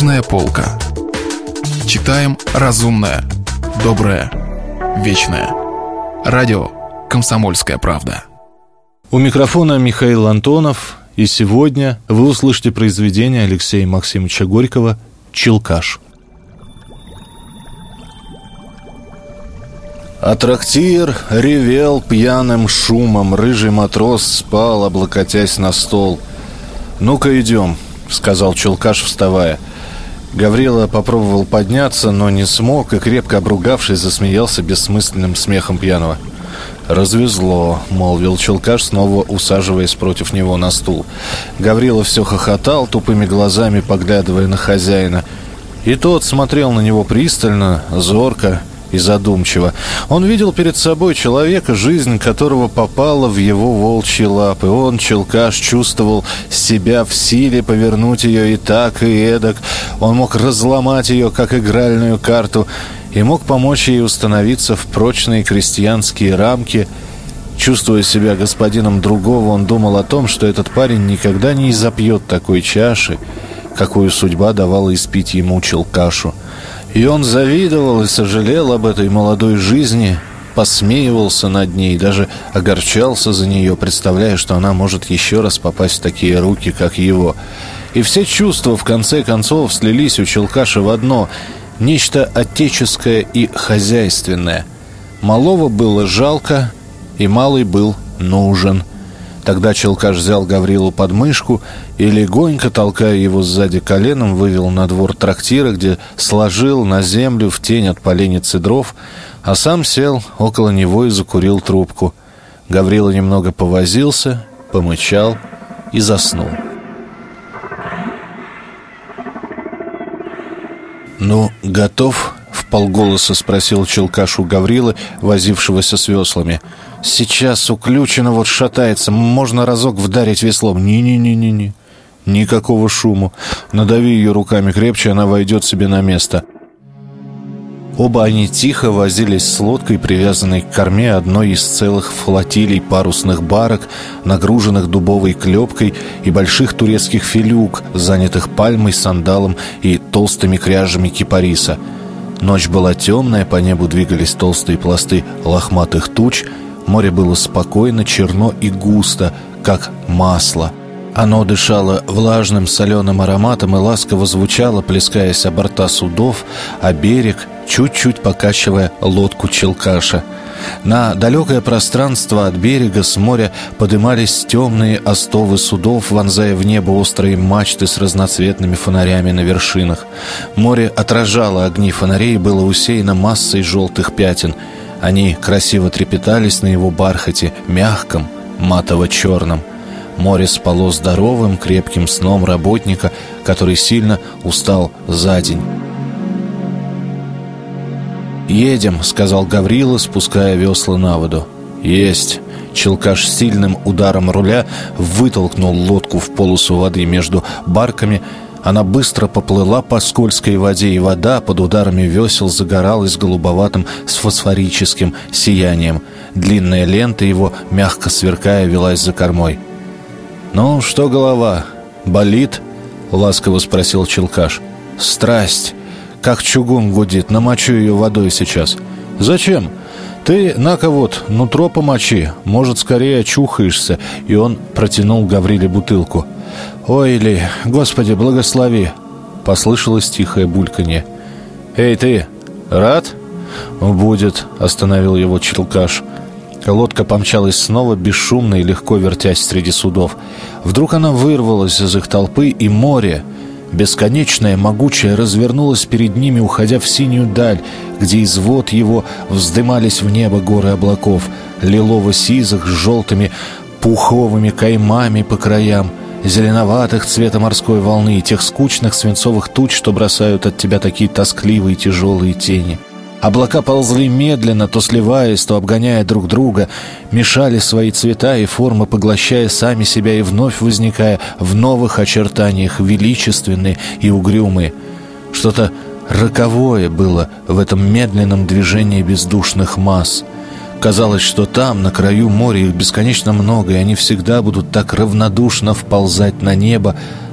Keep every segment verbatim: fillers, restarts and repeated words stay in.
Книжная полка. Читаем разумное, доброе, вечное. Радио «Комсомольская правда». У микрофона Михаил Антонов, и сегодня вы услышите произведение Алексея Максимовича Горького «Челкаш». А трактир ревел пьяным шумом, рыжий матрос спал, облокотясь на стол. «Ну-ка, идем», — сказал Челкаш, вставая. Гаврила попробовал подняться, но не смог, и, крепко обругавшись, засмеялся бессмысленным смехом пьяного. «Развезло», — молвил Челкаш, снова усаживаясь против него на стул. Гаврила все хохотал, тупыми глазами поглядывая на хозяина. И тот смотрел на него пристально, зорко и задумчиво. Он видел перед собой человека, жизнь которого попала в его волчьи лапы. Он, Челкаш, чувствовал себя в силе повернуть ее и так, и эдак. Он мог разломать ее, как игральную карту, и мог помочь ей установиться в прочные крестьянские рамки. Чувствуя себя господином другого, он думал о том, что этот парень никогда не изопьет такой чаши, какую судьба давала испить ему, Челкашу. И он завидовал и сожалел об этой молодой жизни, посмеивался над ней, даже огорчался за нее, представляя, что она может еще раз попасть в такие руки, как его. И все чувства, в конце концов, слились у Челкаша в одно — нечто отеческое и хозяйственное. Малого было жалко, и малый был нужен. Тогда Челкаш взял Гаврилу под мышку и, легонько толкая его сзади коленом, вывел на двор трактира, где сложил на землю в тень от поленницы дров, а сам сел около него и закурил трубку. Гаврила немного повозился, помычал и заснул. «Ну, готов?» — вполголоса спросил Челкаш у Гаврилы, возившегося с веслами. «Сейчас уключено, вот шатается. Можно разок вдарить веслом». «Не-не-не-не-не. Никакого шуму. Надави ее руками крепче, она войдет себе на место». Оба они тихо возились с лодкой, привязанной к корме одной из целых флотилий парусных барок, нагруженных дубовой клепкой, и больших турецких филюк, занятых пальмой, сандалом и толстыми кряжами кипариса. Ночь была темная, по небу двигались толстые пласты лохматых туч. Море было спокойно, черно и густо, как масло. Оно дышало влажным соленым ароматом и ласково звучало, плескаясь о борта судов, а берег, чуть-чуть покачивая лодку Челкаша. На далекое пространство от берега с моря подымались темные остовы судов, вонзая в небо острые мачты с разноцветными фонарями на вершинах. Море отражало огни фонарей и было усеяно массой желтых пятен. Они красиво трепетались на его бархате, мягком, матово-черном. Море спало здоровым, крепким сном работника, который сильно устал за день. «Едем», — сказал Гаврила, спуская весла на воду. «Есть». Челкаш сильным ударом руля вытолкнул лодку в полосу воды между барками. Она быстро поплыла по скользкой воде, и вода под ударами весел загоралась голубоватым с фосфорическим сиянием. Длинная лента его, мягко сверкая, велась за кормой. «Ну, что голова? Болит?» — ласково спросил Челкаш. «Страсть! Как чугун гудит, намочу ее водой сейчас». «Зачем? Ты, на-ка вот, нутро помочи, может, скорее очухаешься». И он протянул Гавриле бутылку. «Ой ли, Господи, благослови!» — послышалось тихое бульканье. «Эй, ты, рад?» «Будет», — остановил его Челкаш. Лодка помчалась снова, бесшумно и легко вертясь среди судов. Вдруг она вырвалась из их толпы, и море, бесконечное, могучее, развернулось перед ними, уходя в синюю даль, где из вод его вздымались в небо горы облаков, лилово-сизых с желтыми пуховыми каймами по краям, зеленоватых цвета морской волны и тех скучных свинцовых туч, что бросают от тебя такие тоскливые тяжелые тени. Облака ползли медленно, то сливаясь, то обгоняя друг друга, мешали свои цвета и формы, поглощая сами себя и вновь возникая в новых очертаниях, величественные и угрюмые. Что-то роковое было в этом медленном движении бездушных масс. Казалось, что там, на краю моря, их бесконечно много, и они всегда будут так равнодушно вползать на небо,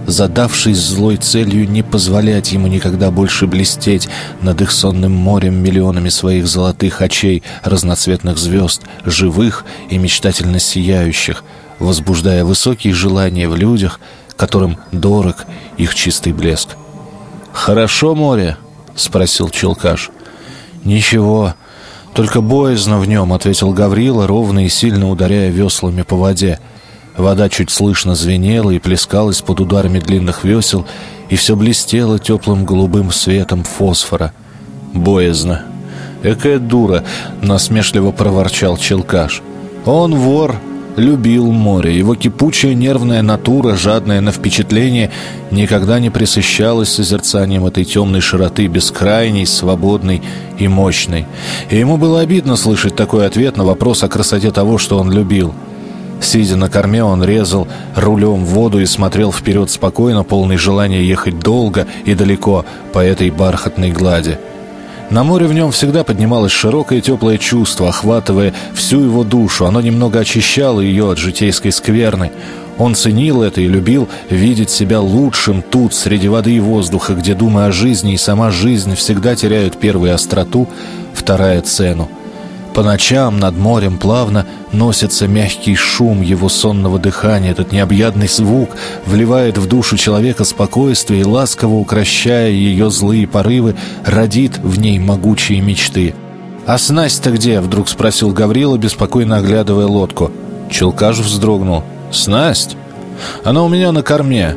задавшись злой целью не позволять ему никогда больше блестеть над их сонным морем миллионами своих золотых очей, разноцветных звезд, живых и мечтательно сияющих, возбуждая высокие желания в людях, которым дорог их чистый блеск. «Хорошо море?» — спросил Челкаш. «Ничего, только боязно в нем», — ответил Гаврила, ровно и сильно ударяя веслами по воде. Вода чуть слышно звенела и плескалась под ударами длинных весел, и все блестело теплым голубым светом фосфора. «Боязно. Экая дура!» — насмешливо проворчал Челкаш. «Он вор, любил море. Его кипучая нервная натура, жадная на впечатление, никогда не пресыщалась созерцанием этой темной широты, бескрайней, свободной и мощной. И ему было обидно слышать такой ответ на вопрос о красоте того, что он любил. Сидя на корме, он резал рулем в воду и смотрел вперед спокойно, полный желания ехать долго и далеко по этой бархатной глади. На море в нем всегда поднималось широкое теплое чувство, охватывая всю его душу. Оно немного очищало ее от житейской скверны. Он ценил это и любил видеть себя лучшим тут, среди воды и воздуха, где думы о жизни и сама жизнь всегда теряют первую остроту, вторая цену. По ночам над морем плавно носится мягкий шум его сонного дыхания. Этот необъятный звук вливает в душу человека спокойствие и, ласково укрощая ее злые порывы, родит в ней могучие мечты. «А снасть-то где?» — вдруг спросил Гаврила, беспокойно оглядывая лодку. Челкаш вздрогнул. «Снасть? Она у меня на корме».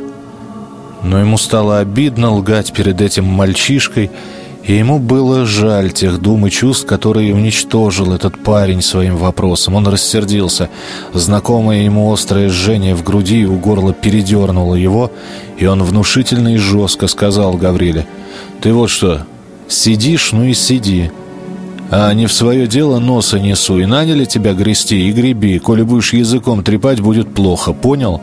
Но ему стало обидно лгать перед этим мальчишкой, и ему было жаль тех дум и чувств, которые уничтожил этот парень своим вопросом. Он рассердился. Знакомое ему острое жжение в груди и у горла передернуло его, и он внушительно и жестко сказал Гавриле: «Ты вот что, сидишь, ну и сиди. А не в свое дело носа несу, и наняли тебя грести, и греби. Коли будешь языком трепать, будет плохо, понял?»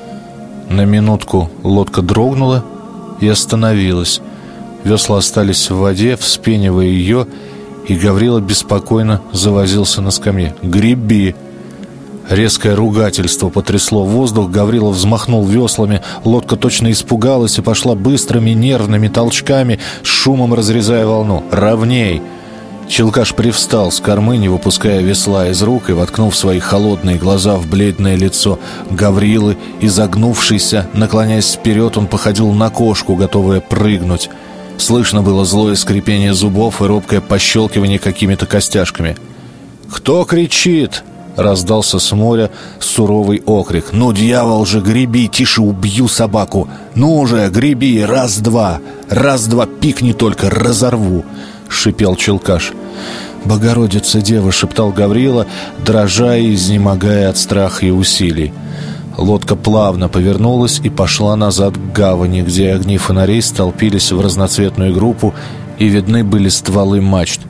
На минутку лодка дрогнула и остановилась. Весла остались в воде, вспенивая ее, и Гаврила беспокойно завозился на скамье. «Греби!» Резкое ругательство потрясло воздух. Гаврила взмахнул веслами. Лодка точно испугалась и пошла быстрыми нервными толчками, с шумом разрезая волну. «Ровней!» Челкаш привстал с кормы, не выпуская весла из рук, и, воткнув свои холодные глаза в бледное лицо Гаврилы, изогнувшийся, наклоняясь вперед, он походил на кошку, готовая прыгнуть. Слышно было злое скрипение зубов и робкое пощелкивание какими-то костяшками. «Кто кричит?» — раздался с моря суровый окрик. «Ну, дьявол же, греби, тише, убью собаку! Ну же, греби, раз-два! Раз-два, пикни только, разорву!» — шипел Челкаш. «Богородица Дева!» — шептал Гаврила, дрожа и изнемогая от страха и усилий. Лодка плавно повернулась и пошла назад к гавани, где огни фонарей столпились в разноцветную группу, и видны были стволы мачт.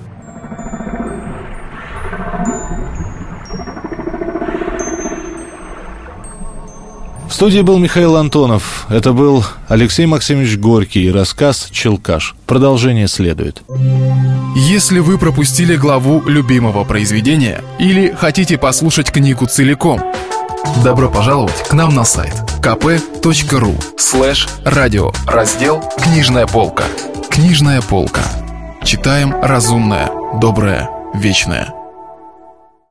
В студии был Михаил Антонов. Это был Алексей Максимович Горький и рассказ «Челкаш». Продолжение следует. Если вы пропустили главу любимого произведения или хотите послушать книгу целиком, добро пожаловать к нам на сайт kp.ru слэш радио, раздел «Книжная полка». Книжная полка. Читаем разумное, доброе, вечное.